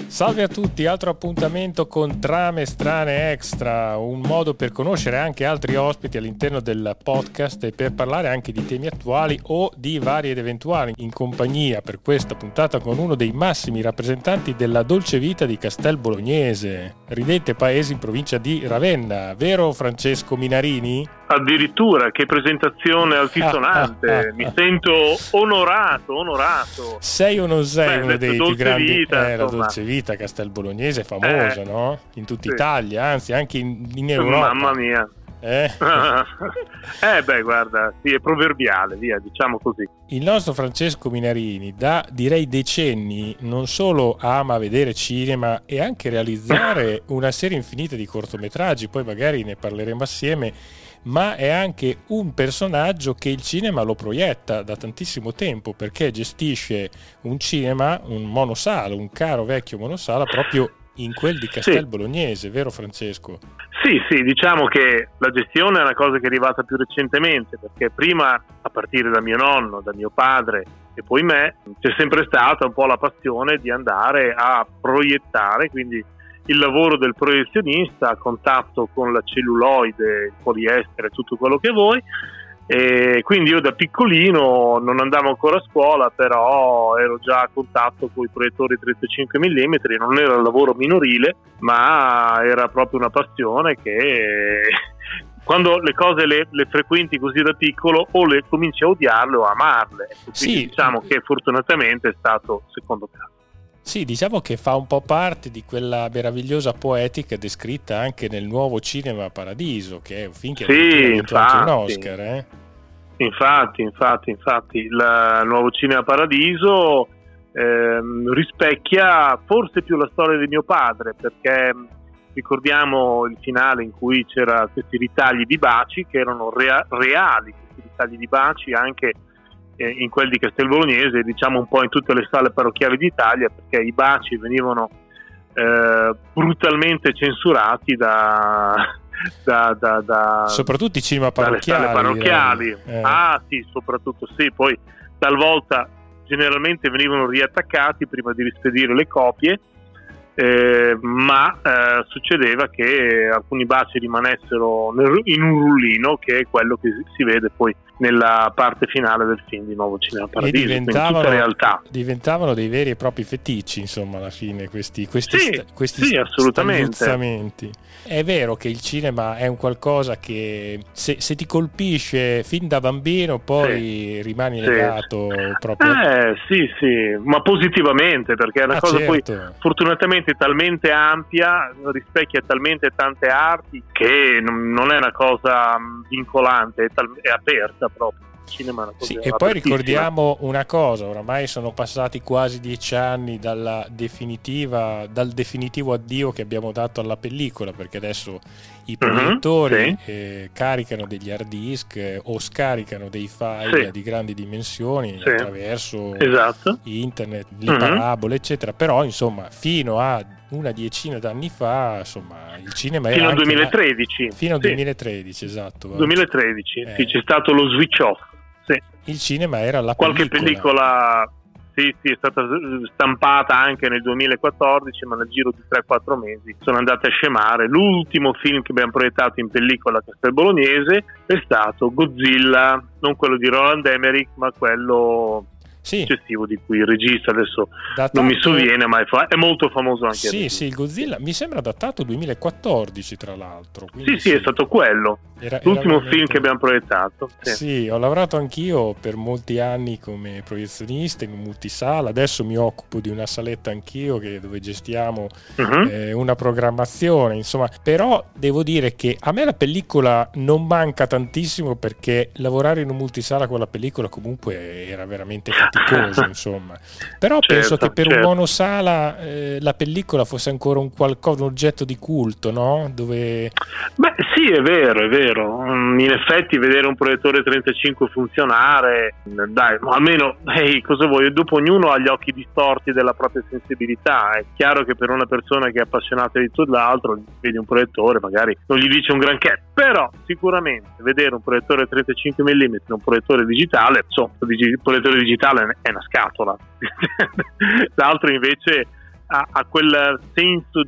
Salve a tutti, altro appuntamento con Trame Strane Extra, un modo per conoscere anche altri ospiti all'interno del podcast e per parlare anche di temi attuali o di vari ed eventuali, in compagnia per questa puntata con uno dei massimi rappresentanti della dolce vita di Castel Bolognese, ridente paese in provincia di Ravenna, vero Francesco Minarini? Addirittura, che presentazione altisonante, mi sento onorato. Sei o non sei uno dei più grandi? Vita, la dolce vita Castel Bolognese è famosa, no? In tutta Italia, anzi anche in Europa. Mamma mia. Guarda, sì, è proverbiale, via, diciamo così. Il nostro Francesco Minarini da direi decenni non solo ama vedere cinema e anche realizzare una serie infinita di cortometraggi, poi magari ne parleremo assieme, ma è anche un personaggio che il cinema lo proietta da tantissimo tempo, perché gestisce un cinema, un monosala, un caro vecchio monosala proprio in quel di Castel Bolognese, vero Francesco? Sì, diciamo che la gestione è una cosa che è arrivata più recentemente, perché prima, a partire da mio nonno, da mio padre e poi me, c'è sempre stata un po' la passione di andare a proiettare, quindi il lavoro del proiezionista a contatto con la celluloide, il poliestere, tutto quello che vuoi. E quindi io da piccolino non andavo ancora a scuola, però ero già a contatto con i proiettori 35 mm, non era un lavoro minorile, ma era proprio una passione che quando le cose le frequenti così da piccolo o le cominci a odiarle o a amarle. Quindi diciamo che fortunatamente è stato secondo caso. Sì, diciamo che fa un po' parte di quella meravigliosa poetica descritta anche nel nuovo Cinema Paradiso, che è un film che ha vinto anche un Oscar. Infatti, il nuovo Cinema Paradiso rispecchia forse più la storia di mio padre, perché ricordiamo il finale in cui c'era questi ritagli di baci che erano reali, questi ritagli di baci anche in quel di Castel Bolognese, diciamo un po' in tutte le sale parrocchiali d'Italia, perché i baci venivano brutalmente censurati da soprattutto i cinema parrocchiali. Dalle sale parrocchiali. Soprattutto poi talvolta generalmente venivano riattaccati prima di rispedire le copie, ma succedeva che alcuni baci rimanessero in un rullino, che è quello che si vede poi nella parte finale del film di Nuovo Cinema Paradiso. E diventavano dei veri e propri feticci, insomma, alla fine questi assolutamente. Stagliuzzamenti. È vero che il cinema è un qualcosa che se ti colpisce fin da bambino poi rimani legato proprio. Ma positivamente, perché è una cosa poi fortunatamente talmente ampia, rispecchia talmente tante arti, che non è una cosa vincolante, è aperta proprio. Cinema è una cosa e poi ricordiamo una cosa: oramai sono passati quasi 10 anni dal definitivo addio che abbiamo dato alla pellicola, perché adesso i proiettori caricano degli hard disk o scaricano dei file di grandi dimensioni attraverso internet, le parabole eccetera, però insomma fino a una decina d'anni fa, insomma, il cinema fino era al 2013. Fino al 2013, esatto. 2013, c'è stato lo switch off. Il cinema era la qualche pellicola è stata stampata anche nel 2014, ma nel giro di 3-4 mesi sono andate a scemare. L'ultimo film che abbiamo proiettato in pellicola a Castel Bolognese è stato Godzilla, non quello di Roland Emmerich, ma quello successivo, di cui il regista adesso non mi sovviene, ma è molto famoso anche adesso. Il Godzilla mi sembra datato 2014 tra l'altro, è stato quello l'ultimo film che abbiamo proiettato. Ho lavorato anch'io per molti anni come proiezionista in un multisala, adesso mi occupo di una saletta anch'io dove gestiamo una programmazione, insomma, però devo dire che a me la pellicola non manca tantissimo, perché lavorare in un multisala con la pellicola comunque era veramente faticoso. Insomma, però penso che per un monosala la pellicola fosse ancora un oggetto di culto, no? Dove è vero. In effetti vedere un proiettore 35 funzionare, dai, almeno cosa vuoi? Dopo ognuno ha gli occhi distorti della propria sensibilità. È chiaro che per una persona che è appassionata di tutto l'altro, vedi un proiettore, magari non gli dice un granché, però sicuramente vedere un proiettore 35 mm e un proiettore digitale, il proiettore digitale è una scatola. L'altro invece ha quel senso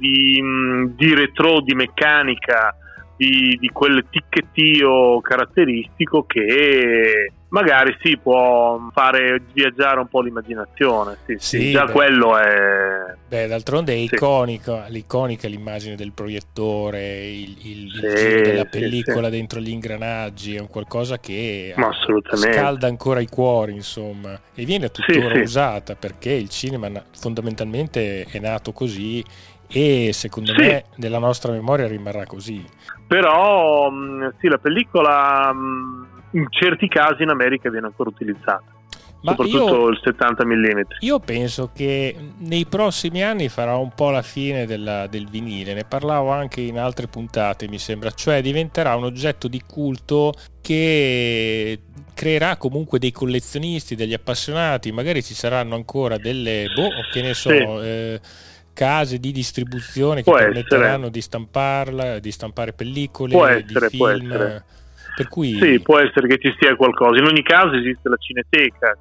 di retro, di meccanica, di quel ticchettio caratteristico che magari si può fare viaggiare un po' l'immaginazione. Sì, già quello è... d'altronde è iconica l'immagine del proiettore, il giro della pellicola dentro gli ingranaggi, è un qualcosa che scalda ancora i cuori, insomma, e viene tuttora usata, perché il cinema fondamentalmente è nato così e secondo me nella nostra memoria rimarrà così. Però la pellicola in certi casi in America viene ancora utilizzata, soprattutto il 70 mm. Io penso che nei prossimi anni farà un po' la fine del vinile, ne parlavo anche in altre puntate, mi sembra, cioè diventerà un oggetto di culto che creerà comunque dei collezionisti, degli appassionati, magari ci saranno ancora delle che ne so, case di distribuzione che permetteranno di stampare pellicole, di film. Per cui... può essere che ci sia qualcosa. In ogni caso esiste la Cineteca,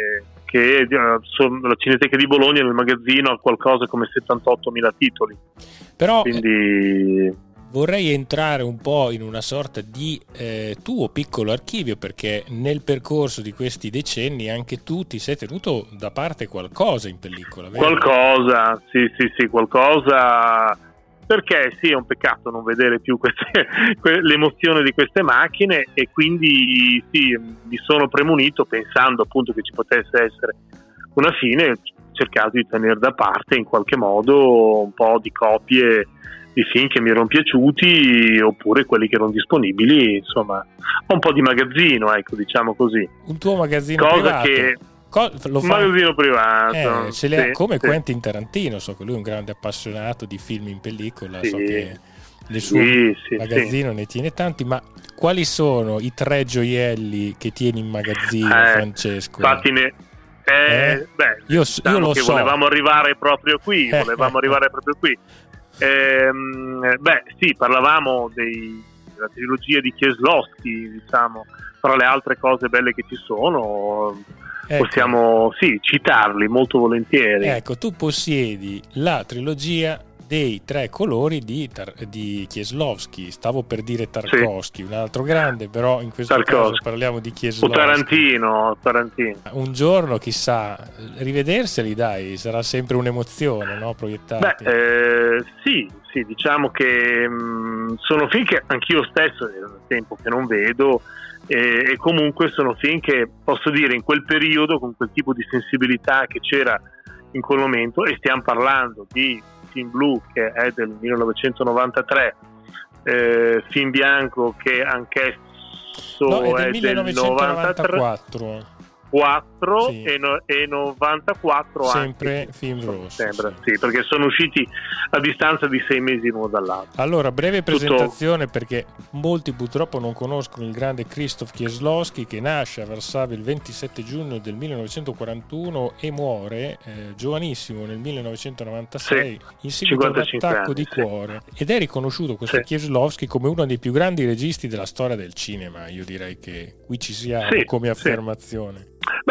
che la Cineteca di Bologna nel magazzino ha qualcosa come 78.000 titoli. Però quindi... vorrei entrare un po' in una sorta di tuo piccolo archivio, perché nel percorso di questi decenni anche tu ti sei tenuto da parte qualcosa in pellicola, vero? Qualcosa, sì, qualcosa, perché è un peccato non vedere più l'emozione di queste macchine, e quindi mi sono premunito, pensando appunto che ci potesse essere una fine, cercato di tenere da parte in qualche modo un po' di copie di film che mi erano piaciuti, oppure quelli che erano disponibili, insomma, un po' di magazzino, ecco, diciamo così. Un tuo magazzino privato? Un magazzino privato. Ce li ha come Quentin Tarantino, so che lui è un grande appassionato di film in pellicola, so che nel suo magazzino ne tiene tanti, ma quali sono i 3 gioielli che tieni in magazzino, Francesco? Infatti io lo so. Volevamo arrivare proprio qui, parlavamo della trilogia di Kieslowski, diciamo, tra le altre cose belle che ci sono, possiamo citarli molto volentieri. Ecco, tu possiedi la trilogia dei 3 colori di Kieslowski, stavo per dire Tarkovsky, un altro grande, però in questo caso parliamo di Kieslowski. O Tarantino. Un giorno, chissà, rivederseli, dai, sarà sempre un'emozione, no? Proiettati. Sì, diciamo che sono film che anch'io stesso è un tempo che non vedo, e comunque sono film che, posso dire, in quel periodo, con quel tipo di sensibilità che c'era in quel momento, e stiamo parlando di Film blu che è del 1993, Film bianco che anch'esso è del 1994. 4 e 94 sempre anche, film rosso, sembra, sì, perché sono usciti a distanza di 6 mesi l'uno dall'altro. Allora, breve presentazione, perché molti purtroppo non conoscono il grande Krzysztof Kieslowski, che nasce a Varsavia il 27 giugno del 1941 e muore giovanissimo nel 1996 in seguito ad un attacco di cuore, ed è riconosciuto questo Kieslowski come uno dei più grandi registi della storia del cinema. Io direi che qui ci siamo come affermazione.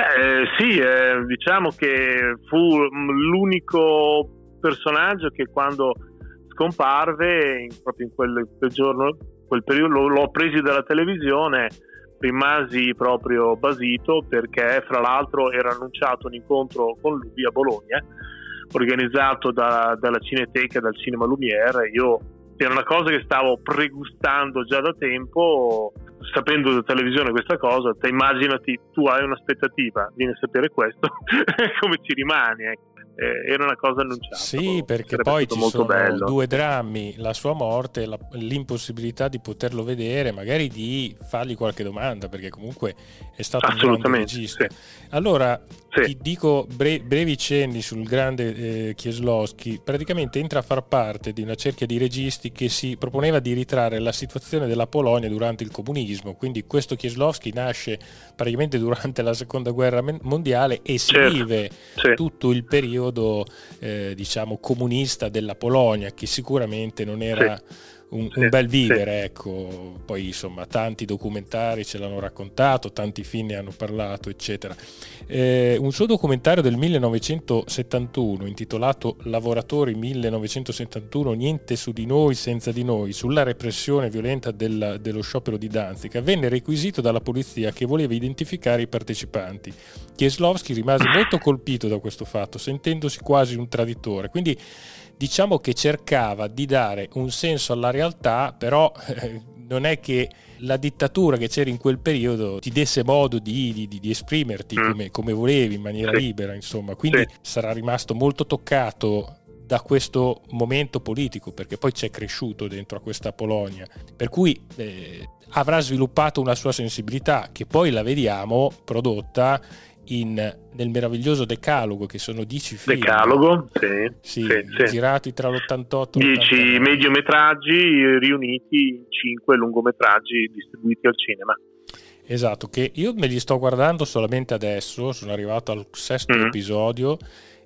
Diciamo che fu l'unico personaggio che, quando scomparve, proprio in quel giorno, quel periodo, l'ho preso dalla televisione, rimasi proprio basito, perché fra l'altro era annunciato un incontro con lui a Bologna, organizzato dalla Cineteca, dal Cinema Lumière. Era una cosa che stavo pregustando già da tempo, sapendo da televisione questa cosa. Te immaginati, tu hai un'aspettativa, vieni a sapere questo, come ci rimani, ecco. Era una cosa annunciata. Sì, perché poi ci sono bello. 2 drammi: la sua morte e l'impossibilità di poterlo vedere, magari di fargli qualche domanda, perché comunque è stato un grande regista. Allora ti dico brevi cenni sul grande Kieslowski. Praticamente entra a far parte di una cerchia di registi che si proponeva di ritrarre la situazione della Polonia durante il comunismo. Quindi questo Kieslowski nasce praticamente durante la seconda guerra mondiale e si vive tutto il periodo diciamo comunista della Polonia, che sicuramente non era un bel vivere, ecco. Poi insomma tanti documentari ce l'hanno raccontato, tanti film ne hanno parlato, eccetera. Un suo documentario del 1971 intitolato Lavoratori 1971, niente su di noi senza di noi, sulla repressione violenta dello sciopero di Danzica, venne requisito dalla polizia che voleva identificare i partecipanti. Kieslowski rimase molto colpito da questo fatto, sentendosi quasi un traditore, quindi diciamo che cercava di dare un senso alla realtà, però non è che la dittatura che c'era in quel periodo ti desse modo di esprimerti come volevi, in maniera libera, insomma. Quindi sarà rimasto molto toccato da questo momento politico, perché poi c'è cresciuto dentro a questa Polonia, per cui avrà sviluppato una sua sensibilità, che poi la vediamo prodotta nel meraviglioso Decalogo, che sono 10 film. Decalogo, girati tra l'88 e 10 mediometraggi riuniti in 5 lungometraggi distribuiti al cinema. Esatto, che io me li sto guardando solamente adesso, sono arrivato al 6º episodio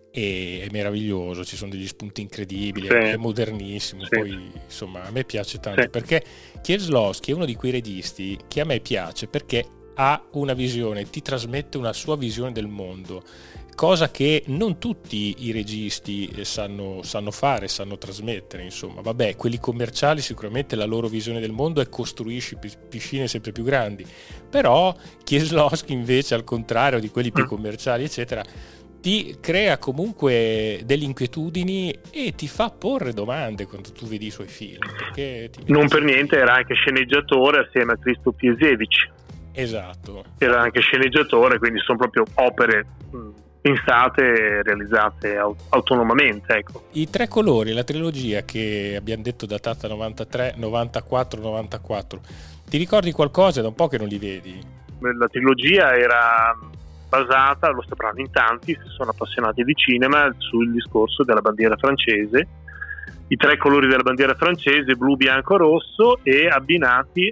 e è meraviglioso, ci sono degli spunti incredibili, è modernissimo, poi insomma a me piace tanto, perché Kieslowski è uno di quei registi che a me piace perché ha una visione, ti trasmette una sua visione del mondo, cosa che non tutti i registi sanno fare, sanno trasmettere, insomma. Vabbè, quelli commerciali sicuramente la loro visione del mondo è costruisci piscine sempre più grandi, però Kieslowski invece, al contrario di quelli più commerciali eccetera, ti crea comunque delle inquietudini e ti fa porre domande quando tu vedi i suoi film, perché non per niente era anche sceneggiatore assieme a Krzysztof Piesiewicz. Esatto. Era anche sceneggiatore, quindi sono proprio opere pensate e realizzate autonomamente, ecco. I Tre Colori, la trilogia che abbiamo detto datata 93, 94, 94, ti ricordi qualcosa? Da un po' che non li vedi. La trilogia era basata, lo sapranno in tanti se sono appassionati di cinema, sul discorso della bandiera francese, i tre colori della bandiera francese, blu, bianco, rosso, e abbinati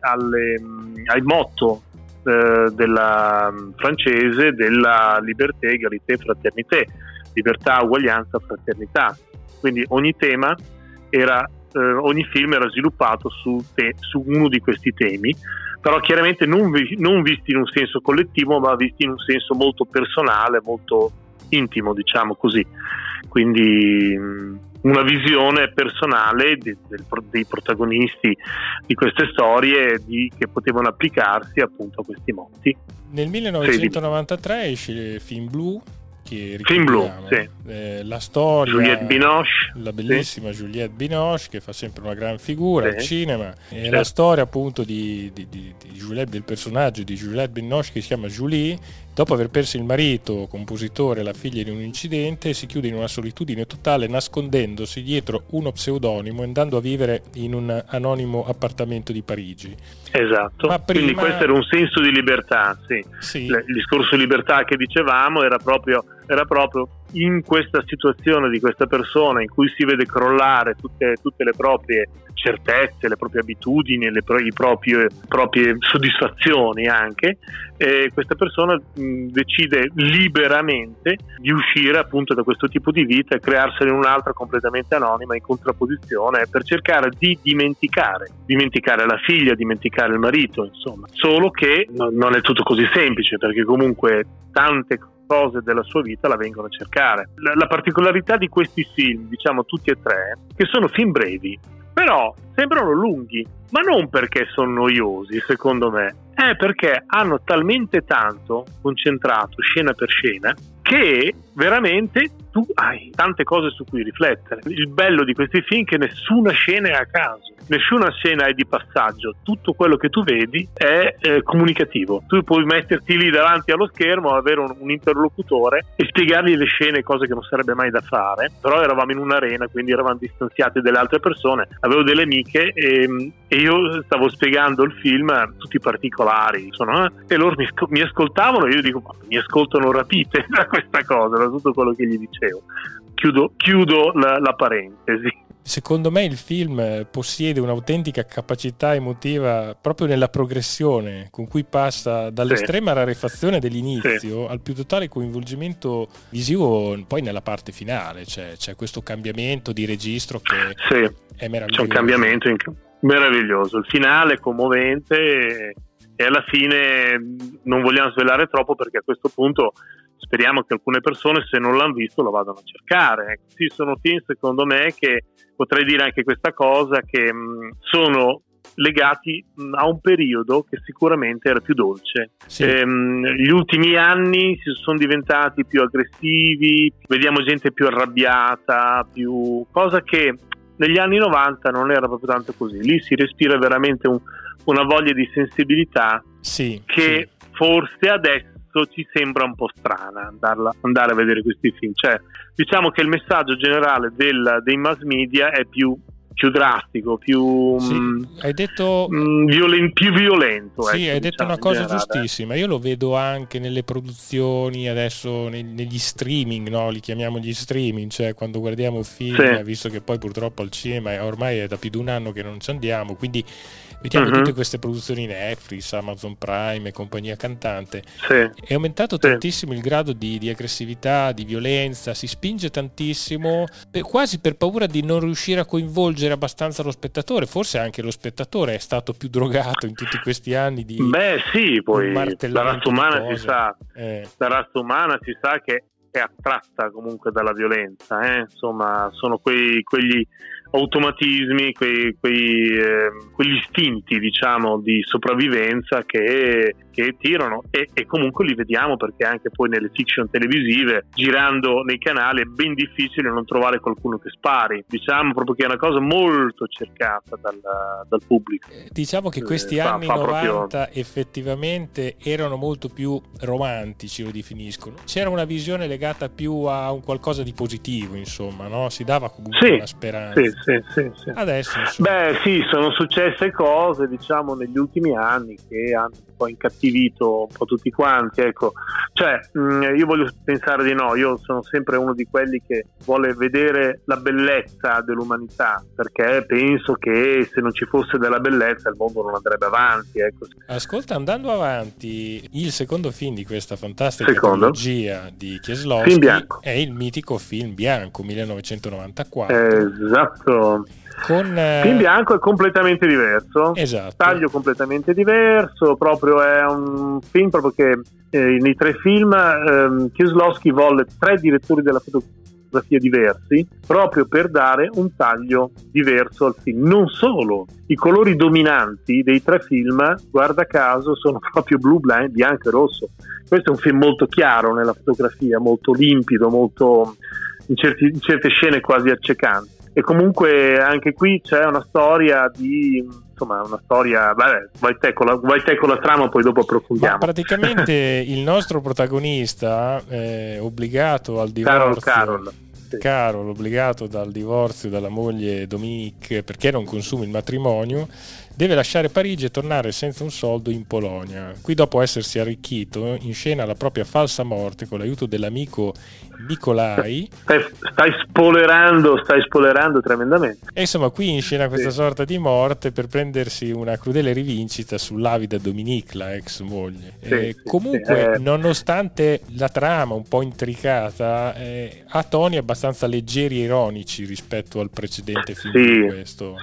al motto della francese della liberté, égalité, fraternité, libertà, uguaglianza, fraternità. Quindi ogni tema ogni film era sviluppato su uno di questi temi, però chiaramente non visti in un senso collettivo, ma visti in un senso molto personale, molto intimo, diciamo così. Quindi una visione personale dei protagonisti di queste storie che potevano applicarsi appunto a questi motti. Nel 1993 esce il film Blu, che film Blu, la storia, Juliette Binoche, la bellissima Juliette Binoche, che fa sempre una gran figura al cinema, e la storia appunto di Juliette, del personaggio di Juliette Binoche, che si chiama Julie. Dopo aver perso il marito, compositore, e la figlia in un incidente, si chiude in una solitudine totale, nascondendosi dietro uno pseudonimo e andando a vivere in un anonimo appartamento di Parigi. Esatto. Quindi questo era un senso di libertà, sì. Il discorso di libertà che dicevamo era proprio in questa situazione di questa persona in cui si vede crollare tutte le proprie certezze, le proprie abitudini, le proprie soddisfazioni anche, questa persona decide liberamente di uscire appunto da questo tipo di vita e crearsene un'altra completamente anonima, in contrapposizione, per cercare di dimenticare la figlia, dimenticare il marito, insomma. Solo che non è tutto così semplice, perché comunque tante cose della sua vita la vengono a cercare. La particolarità di questi film, diciamo tutti e tre, che sono film brevi, però sembrano lunghi, ma non perché sono noiosi, secondo me, è perché hanno talmente tanto concentrato scena per scena che veramente tu hai tante cose su cui riflettere. Il bello di questi film è che nessuna scena è a caso, nessuna scena è di passaggio, tutto quello che tu vedi è comunicativo. Tu puoi metterti lì davanti allo schermo, avere un interlocutore e spiegargli le scene, cose che non sarebbe mai da fare, però eravamo in un'arena, quindi eravamo distanziati dalle altre persone, avevo delle amiche e io stavo spiegando il film, tutti i particolari, e loro mi ascoltavano, e io dico, ma mi ascoltano rapite da questa cosa, da tutto quello che gli dicevo. Chiudo la parentesi. Secondo me il film possiede un'autentica capacità emotiva proprio nella progressione con cui passa dall'estrema rarefazione dell'inizio al più totale coinvolgimento visivo poi nella parte finale. C'è questo cambiamento di registro che è meraviglioso. C'è un cambiamento meraviglioso, il finale è commovente e alla fine non vogliamo svelare troppo, perché a questo punto speriamo che alcune persone, se non l'hanno visto, lo vadano a cercare. Sì, sono film, secondo me, che potrei dire anche questa cosa, che sono legati a un periodo che sicuramente era più dolce. Sì. Gli ultimi anni sono diventati più aggressivi, vediamo gente più arrabbiata, cosa che negli anni 90 non era proprio tanto così. Lì si respira veramente una voglia di sensibilità, che forse adesso ci sembra un po' strana andare a vedere questi film. Cioè, diciamo che il messaggio generale dei mass media è più drastico, più hai detto più violento. Sì, hai detto una cosa giustissima. Io lo vedo anche nelle produzioni adesso, negli streaming, no? Li chiamiamo gli streaming, cioè quando guardiamo film, visto che poi purtroppo al cinema ormai è da più di un anno che non ci andiamo, quindi vediamo tutte queste produzioni Netflix, Amazon Prime e compagnia cantante. È aumentato tantissimo il grado di aggressività, di violenza, si spinge tantissimo, quasi per paura di non riuscire a coinvolgere abbastanza lo spettatore. Forse anche lo spettatore è stato più drogato in tutti questi anni di poi la razza umana si sa che è attratta comunque dalla violenza, insomma sono quegli automatismi, quegli istinti, diciamo, di sopravvivenza che tirano, e comunque li vediamo, perché anche poi nelle fiction televisive, girando nei canali, è ben difficile non trovare qualcuno che spari. Diciamo proprio che è una cosa molto cercata dal pubblico. Diciamo che questi anni 90 effettivamente erano molto più romantici, lo definiscono. C'era una visione legata più a un qualcosa di positivo, insomma, no? Si dava comunque una speranza. Sì. Adesso, insomma. Sono successe cose, diciamo, negli ultimi anni che hanno un po' incattivito un po' tutti quanti, ecco. Cioè, io voglio pensare di no, io sono sempre uno di quelli che vuole vedere la bellezza dell'umanità, perché penso che se non ci fosse della bellezza il mondo non andrebbe avanti, ecco. Ascolta, andando avanti, il secondo film di questa fantastica trilogia di Kieslowski è il mitico Film Bianco, 1994. Esatto. Film Bianco è completamente diverso, taglio completamente diverso, proprio è un film proprio che nei tre film Kieslowski volle 3 direttori della fotografia diversi, proprio per dare un taglio diverso al film. Non solo, i colori dominanti dei 3 film, guarda caso, sono proprio blu, bianco e rosso. Questo è un film molto chiaro nella fotografia, molto limpido, molto in certe scene quasi accecanti. E comunque anche qui c'è una storia vai te con la trama, poi dopo approfondiamo. Ma praticamente il nostro protagonista è obbligato al divorzio. Carol, obbligato dal divorzio dalla moglie Dominique, perché non consuma il matrimonio, deve lasciare Parigi e tornare senza un soldo in Polonia. Qui, dopo essersi arricchito, inscena la propria falsa morte con l'aiuto dell'amico Nikolai. Stai spoilerando tremendamente. E insomma, qui inscena questa sorta di morte per prendersi una crudele rivincita sull'avida Dominique, la ex moglie. Nonostante la trama un po' intricata, ha toni abbastanza leggeri e ironici rispetto al precedente film di questo.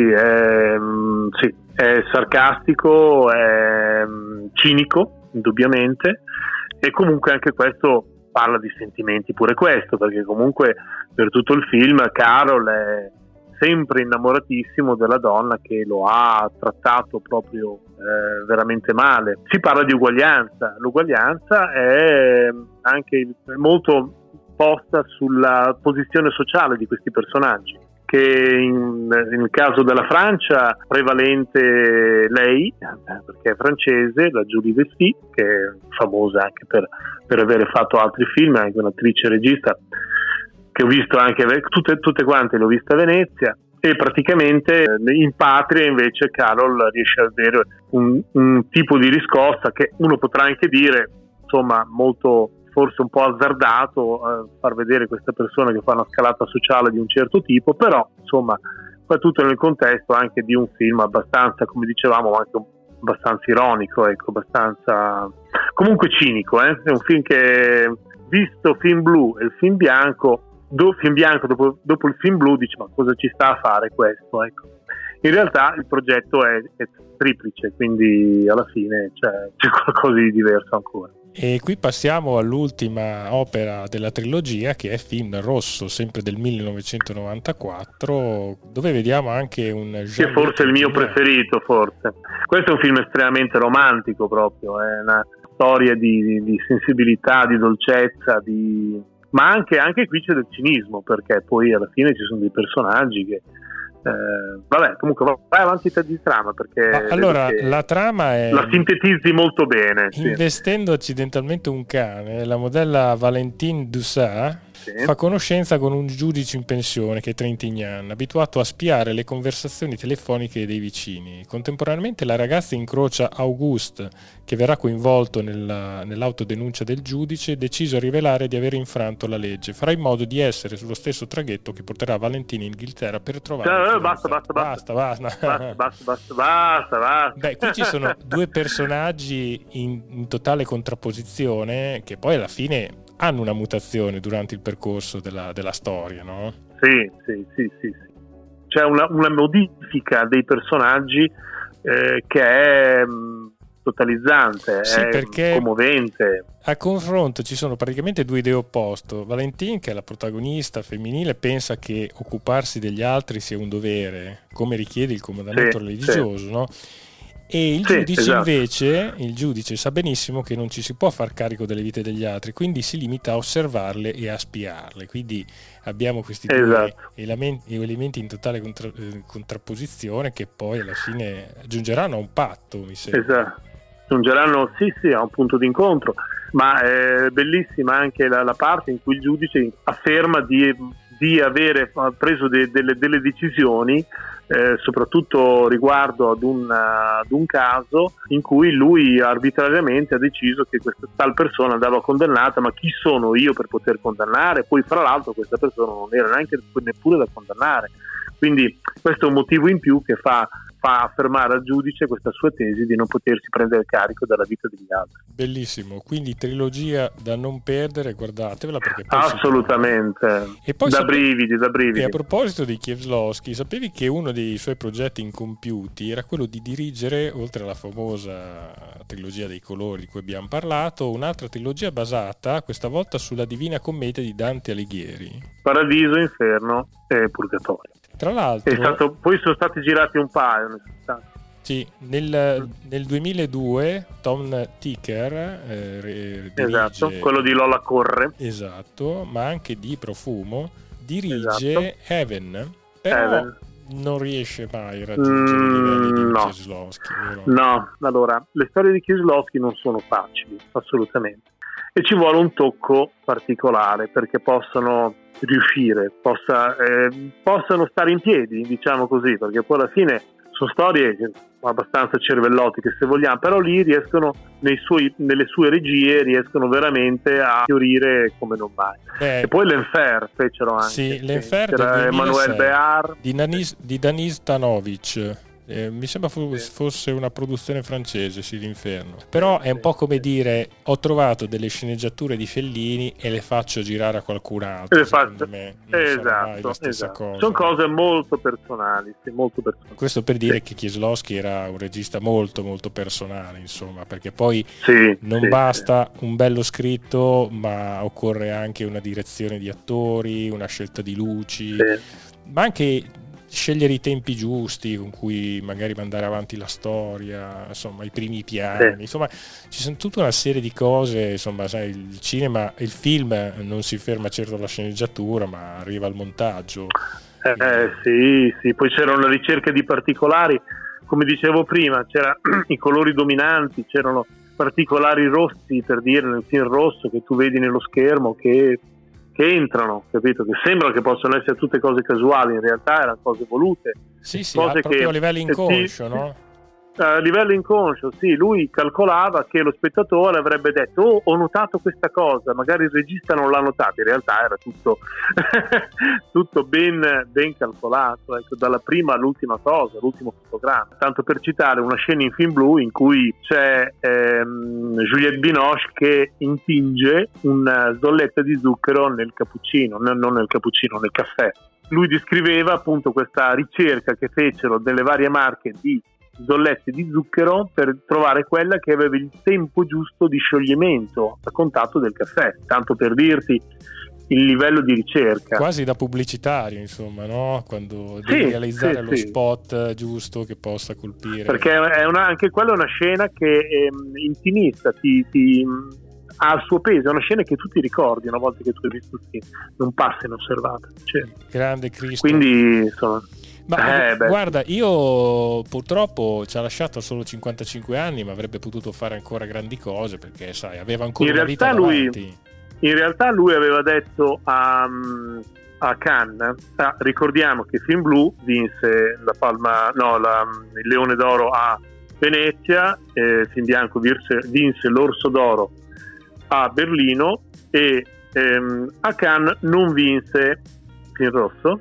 È sarcastico, è cinico, indubbiamente, e comunque anche questo parla di sentimenti, pure questo, perché comunque per tutto il film Carol è sempre innamoratissimo della donna che lo ha trattato proprio veramente male. Si parla di uguaglianza, l'uguaglianza è anche molto posta sulla posizione sociale di questi personaggi, che nel caso della Francia prevalente lei, perché è francese, la Julie Vesti, che è famosa anche per aver fatto altri film, anche un'attrice regista che ho visto anche tutte quante, le ho viste a Venezia. E praticamente in patria invece Carol riesce ad avere un tipo di riscossa che uno potrà anche dire, insomma, molto, forse un po' azzardato, far vedere questa persona che fa una scalata sociale di un certo tipo, però insomma fa tutto nel contesto anche di un film abbastanza, come dicevamo, anche abbastanza ironico, ecco, abbastanza comunque cinico, È un film che, visto Film Blu e il Film Bianco, dopo il Film Blu dici: ma cosa ci sta a fare questo, ecco. In realtà il progetto è triplice, quindi alla fine c'è qualcosa di diverso ancora. E qui passiamo all'ultima opera della trilogia, che è Film Rosso, sempre del 1994, dove vediamo anche un che forse è il mio preferito, forse. Questo è un film estremamente romantico proprio, è una storia di sensibilità, di dolcezza, ma anche qui c'è del cinismo, perché poi alla fine ci sono dei personaggi che vabbè, comunque vai avanti di trama, perché allora la trama è, la sintetizzi molto bene. Investendo accidentalmente un cane, la modella Valentine Dussat fa conoscenza con un giudice in pensione che è Trintignant, abituato a spiare le conversazioni telefoniche dei vicini. Contemporaneamente la ragazza incrocia Auguste, che verrà coinvolto nell'autodenuncia del giudice, deciso a rivelare di aver infranto la legge. Farà in modo di essere sullo stesso traghetto che porterà Valentine in Inghilterra per trovare... Basta. Beh, qui ci sono due personaggi in totale contrapposizione, che poi alla fine hanno una mutazione durante il percorso della storia, no? Sì. C'è una modifica dei personaggi che è totalizzante, è commovente. A confronto ci sono praticamente due idee opposte. Valentine, che è la protagonista femminile, pensa che occuparsi degli altri sia un dovere, come richiede il comandamento religioso, no? E il giudice invece, il giudice sa benissimo che non ci si può far carico delle vite degli altri, quindi si limita a osservarle e a spiarle. Quindi abbiamo questi due elementi in totale contrapposizione, che poi alla fine giungeranno a un patto, mi sembra. Giungeranno a un punto di incontro, ma è bellissima anche la parte in cui il giudice afferma di avere preso delle decisioni, soprattutto riguardo ad un caso in cui lui arbitrariamente ha deciso che questa tal persona andava condannata, ma chi sono io per poter condannare? Poi fra l'altro questa persona non era neppure da condannare, quindi questo è un motivo in più che fa affermare al giudice questa sua tesi di non potersi prendere carico della vita degli altri. Bellissimo, quindi trilogia da non perdere, guardatevela, perché poi assolutamente, e poi brividi. E a proposito di Kieslowski, sapevi che uno dei suoi progetti incompiuti era quello di dirigere, oltre alla famosa trilogia dei colori di cui abbiamo parlato, un'altra trilogia basata questa volta sulla Divina Commedia di Dante Alighieri, Paradiso, Inferno e Purgatorio. Tra l'altro poi sono stati girati un paio. Sì, nel 2002 Tom Ticker dirige, quello di Lola Corre, ma anche di Profumo, dirige Heaven, però non riesce mai a raggiungere i livelli di Kieslowski, vero? No, allora le storie di Kieslowski non sono facili, assolutamente, e ci vuole un tocco particolare perché possano riuscire, possano stare in piedi, diciamo così, perché poi alla fine sono storie abbastanza cervellotiche, se vogliamo, però lì riescono, nelle sue regie riescono veramente a fiorire come non mai. E poi l'Enfer fecero anche. Sì, l'Enfer c'era Emmanuel Béard di Danis Stanovic. Mi sembra fosse una produzione francese, sì, l'Inferno. Però è un po' come dire: ho trovato delle sceneggiature di Fellini e le faccio girare a qualcun altro. Secondo me non sarà mai la stessa cosa. Sono cose molto personali, molto personali. Questo per dire che Kieslowski era un regista molto molto personale, insomma, perché poi non basta un bello scritto, ma occorre anche una direzione di attori, una scelta di luci, ma anche scegliere i tempi giusti con cui magari mandare avanti la storia, insomma i primi piani, insomma ci sono tutta una serie di cose, insomma sai, il cinema, il film non si ferma certo alla sceneggiatura, ma arriva al montaggio. Sì, poi c'era una ricerca di particolari, come dicevo prima, c'era i colori dominanti, c'erano particolari rossi, per dire, nel film rosso che tu vedi nello schermo che entrano, capito? Che sembrano che possono essere tutte cose casuali, in realtà erano cose volute. Sì, cose proprio a livello inconscio, no? A livello inconscio, sì, lui calcolava che lo spettatore avrebbe detto: oh, ho notato questa cosa, magari il regista non l'ha notato, in realtà era tutto tutto ben calcolato, ecco, dalla prima all'ultima cosa, l'ultimo fotogramma. Tanto per citare una scena in Film Blu in cui c'è Juliette Binoche che intinge una zolletta di zucchero nel cappuccino, non nel cappuccino, nel caffè. lui descriveva appunto questa ricerca che fecero delle varie marche di zollette di zucchero per trovare quella che aveva il tempo giusto di scioglimento a contatto del caffè, tanto per dirti il livello di ricerca. Quasi da pubblicitario, insomma, no? Quando devi realizzare lo spot giusto che possa colpire. Perché anche quella è una scena che è intimista, ha il suo peso, è una scena che tu ti ricordi una volta che tu hai visto il film, non passa inosservata. Grande Cristo. Quindi, insomma... guarda, io purtroppo ci ha lasciato solo 55 anni, ma avrebbe potuto fare ancora grandi cose, perché sai, aveva ancora una vita davanti. In realtà lui aveva detto a Cannes, ricordiamo che Film Blu vinse il Leone d'Oro a Venezia, Film Bianco vinse l'Orso d'Oro a Berlino e a Cannes non vinse Film Rosso,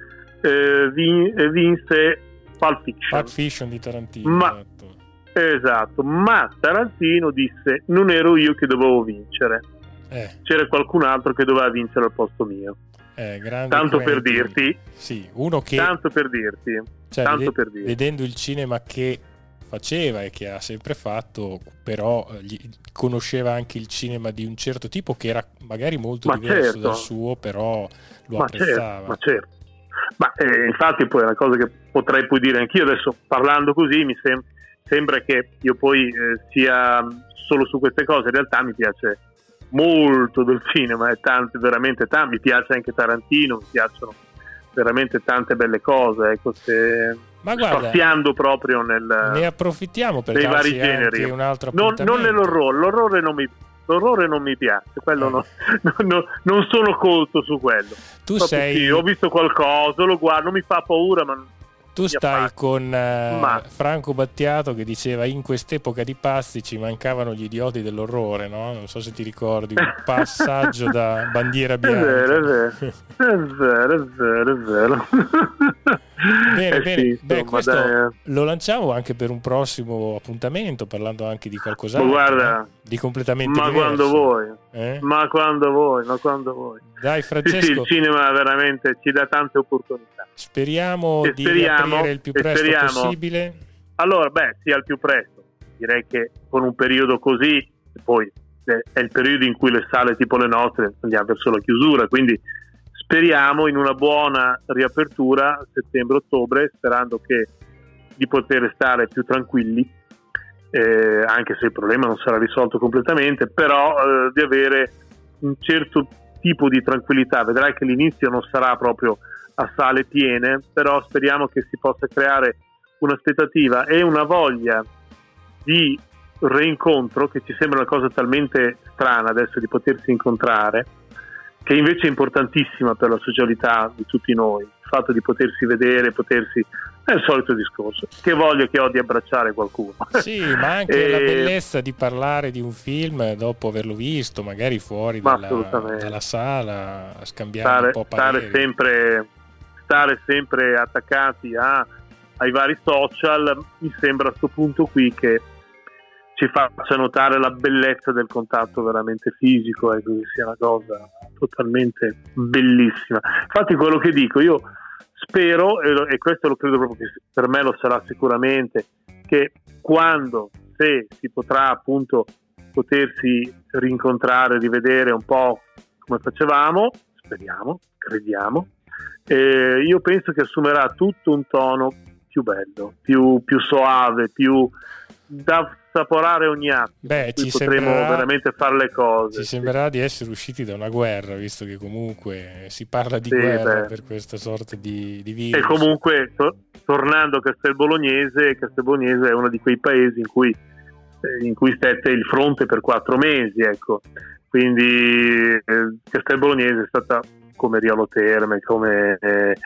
vinse Pulp Fiction di Tarantino. Esatto, ma Tarantino disse: non ero io che dovevo vincere, c'era qualcun altro che doveva vincere al posto mio. Tanto per dirti, uno che tanto per dirti, vedendo il cinema che faceva e che ha sempre fatto, però conosceva anche il cinema di un certo tipo che era magari molto diverso dal suo, però lo apprezzava. Ma certo. Ma infatti poi è una cosa che potrei poi dire anch'io adesso, parlando così mi sembra che io poi sia solo su queste cose. In realtà mi piace molto del cinema, veramente tanto, mi piace anche Tarantino, mi piacciono veramente tante belle cose, ecco, spaziando proprio ne approfittiamo per nei vari generi, un altro non l'orrore non mi piace, quello non sono colto su quello. Ho visto qualcosa, lo guardo, non mi fa paura, ma tu stai con Franco Battiato che diceva: in quest'epoca di pazzi ci mancavano gli idioti dell'orrore, no? Non so se ti ricordi un passaggio da Bandiera Bianca. È vero. Bene, questo lo lanciamo anche per un prossimo appuntamento, parlando anche di qualcos'altro, guarda, di completamente diverso. Ma quando vuoi. Dai Francesco, il cinema veramente ci dà tante opportunità. Speriamo di riaprire il più presto possibile. Allora, sia il più presto. Direi che con un periodo così, poi è il periodo in cui le sale tipo le nostre andiamo verso la chiusura, quindi speriamo in una buona riapertura settembre-ottobre, sperando di poter stare più tranquilli, anche se il problema non sarà risolto completamente, però di avere un certo tipo di tranquillità. Vedrai che l'inizio non sarà proprio a sale piene, però speriamo che si possa creare un'aspettativa e una voglia di reincontro, che ci sembra una cosa talmente strana adesso di potersi incontrare, che invece è importantissima per la socialità di tutti noi, il fatto di potersi vedere, è il solito discorso, che voglio che ho di abbracciare qualcuno. Sì, ma anche la bellezza di parlare di un film dopo averlo visto, magari fuori dalla sala, a scambiare un po' pareri. Stare sempre attaccati ai vari social, mi sembra a questo punto qui che ci faccia notare la bellezza del contatto veramente fisico, e che sia una cosa totalmente bellissima. Infatti quello che dico, io spero, e questo lo credo proprio che per me lo sarà sicuramente, che se si potrà appunto potersi rincontrare, rivedere un po' come facevamo, speriamo, crediamo, io penso che assumerà tutto un tono più bello, più soave, più da assaporare ogni attimo. Potremo veramente fare le cose. Ci sembrerà di essere usciti da una guerra, visto che comunque si parla di guerra per questa sorta di virus. E comunque tornando a Castelbolognese è uno di quei paesi in cui stette il fronte per 4 mesi, ecco. Quindi Castelbolognese è stata, come Riolo Terme, come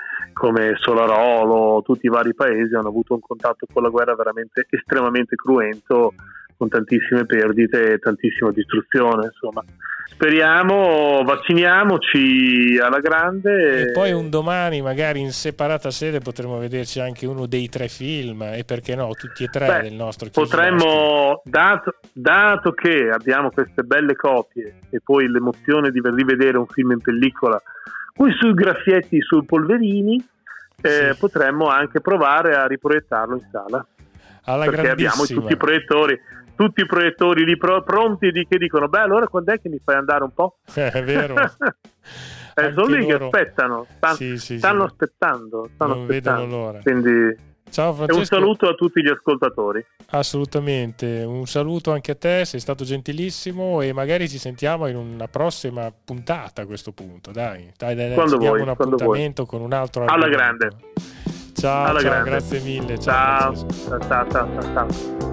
Solarolo, tutti i vari paesi hanno avuto un contatto con la guerra veramente estremamente cruento, con tantissime perdite e tantissima distruzione, insomma. Speriamo, vacciniamoci alla grande. E poi un domani, magari in separata sede, potremo vederci anche uno dei 3 film, e perché no, tutti e 3 del nostro potremmo, dato che abbiamo queste belle copie e poi l'emozione di rivedere un film in pellicola sui graffietti, sui polverini, potremmo anche provare a riproiettarlo in sala. Perché abbiamo tutti i proiettori lì pronti che dicono: beh, allora quando è che mi fai andare un po'? È vero. Sono lì che aspettano, stanno aspettando. Non vedono l'ora. Quindi ciao Francesco. Un saluto a tutti gli ascoltatori. Assolutamente, un saluto anche a te, sei stato gentilissimo e magari ci sentiamo in una prossima puntata a questo punto. Dai, quando ci diamo vuoi, un appuntamento con un altro alla argomento. grande. Ciao, alla grande. Grazie mille. Ciao.